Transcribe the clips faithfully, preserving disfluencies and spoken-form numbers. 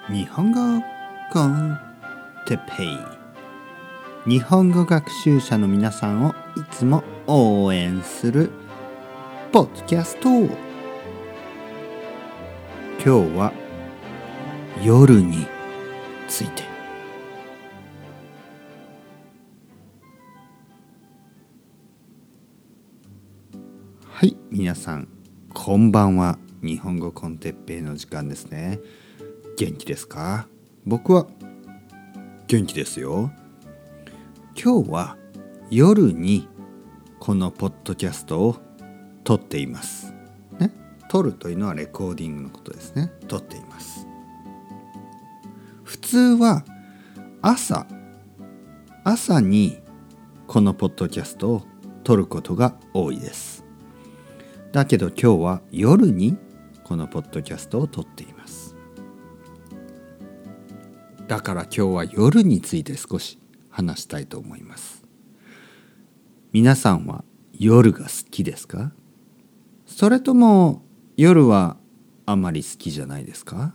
日本語コンテペイ、日本語学習者の皆さんをいつも応援するポッドキャスト。今日は夜について。はい、皆さんこんばんは。日本語コンテッペイの時間ですね。元気ですか？僕は元気ですよ。今日は夜にこのポッドキャストを撮っています、ね、撮るというのはレコーディングのことですね。撮っています。普通は朝朝にこのポッドキャストを撮ることが多いです。だけど今日は夜にこのポッドキャストを撮っています。だから今日は夜について少し話したいと思います。皆さんは夜が好きですか？それとも夜はあまり好きじゃないですか？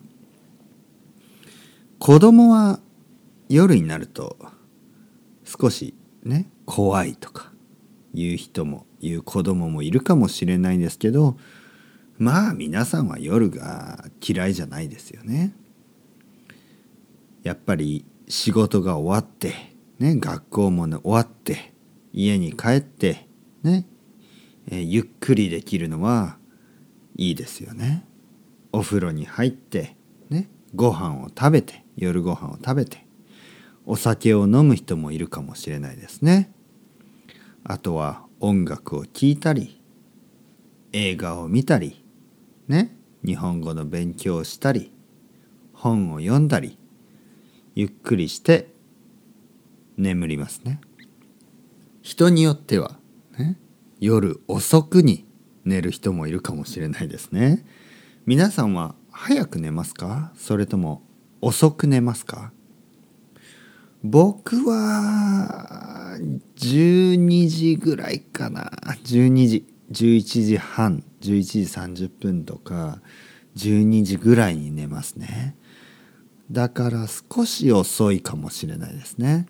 子供は夜になると少しね怖いとか言う人も言う子供もいるかもしれないですけど、まあ皆さんは夜が嫌いじゃないですよね。やっぱり仕事が終わってね、学校も、ね、終わって家に帰ってね、えー、ゆっくりできるのはいいですよね。お風呂に入ってね、ご飯を食べて夜ご飯を食べてお酒を飲む人もいるかもしれないですね。あとは音楽を聴いたり映画を見たりね、日本語の勉強をしたり本を読んだりゆっくりして眠りますね。人によっては、ね、夜遅くに寝る人もいるかもしれないですね。皆さんは早く寝ますか？それとも遅く寝ますか？僕はじゅうにじぐらいかな。じゅうにじ、じゅういちじはん、じゅういちじさんじゅっぷんとかじゅうにじぐらいに寝ますね。だから少し遅いかもしれないですね。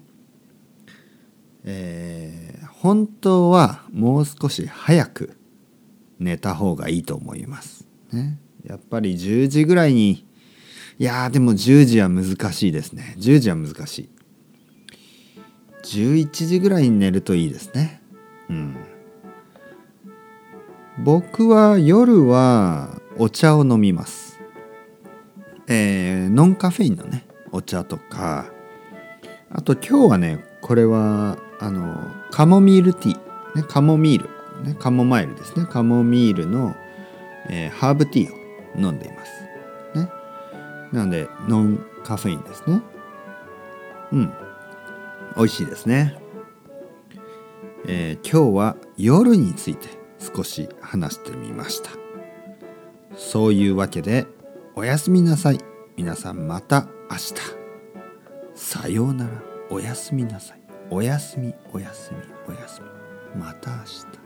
えー、本当はもう少し早く寝た方がいいと思います、ね。やっぱりじゅうじぐらいに、いやーでもじゅうじは難しいですね。じゅうじは難しい。じゅういちじぐらいに寝るといいですね。うん。僕は夜はお茶を飲みます。えー、ノンカフェインのねお茶とか、あと今日はねこれはあのカモミールティー、ね、カモミール、ね、カモマイルですね。カモミールの、えー、ハーブティーを飲んでいます、ね、なのでノンカフェインですね。うん美味しいですね。えー、今日は夜について少し話してみました。そういうわけでおやすみなさい。皆さんまた明日。さようなら。おやすみなさい。おやすみおやすみおやすみ。また明日。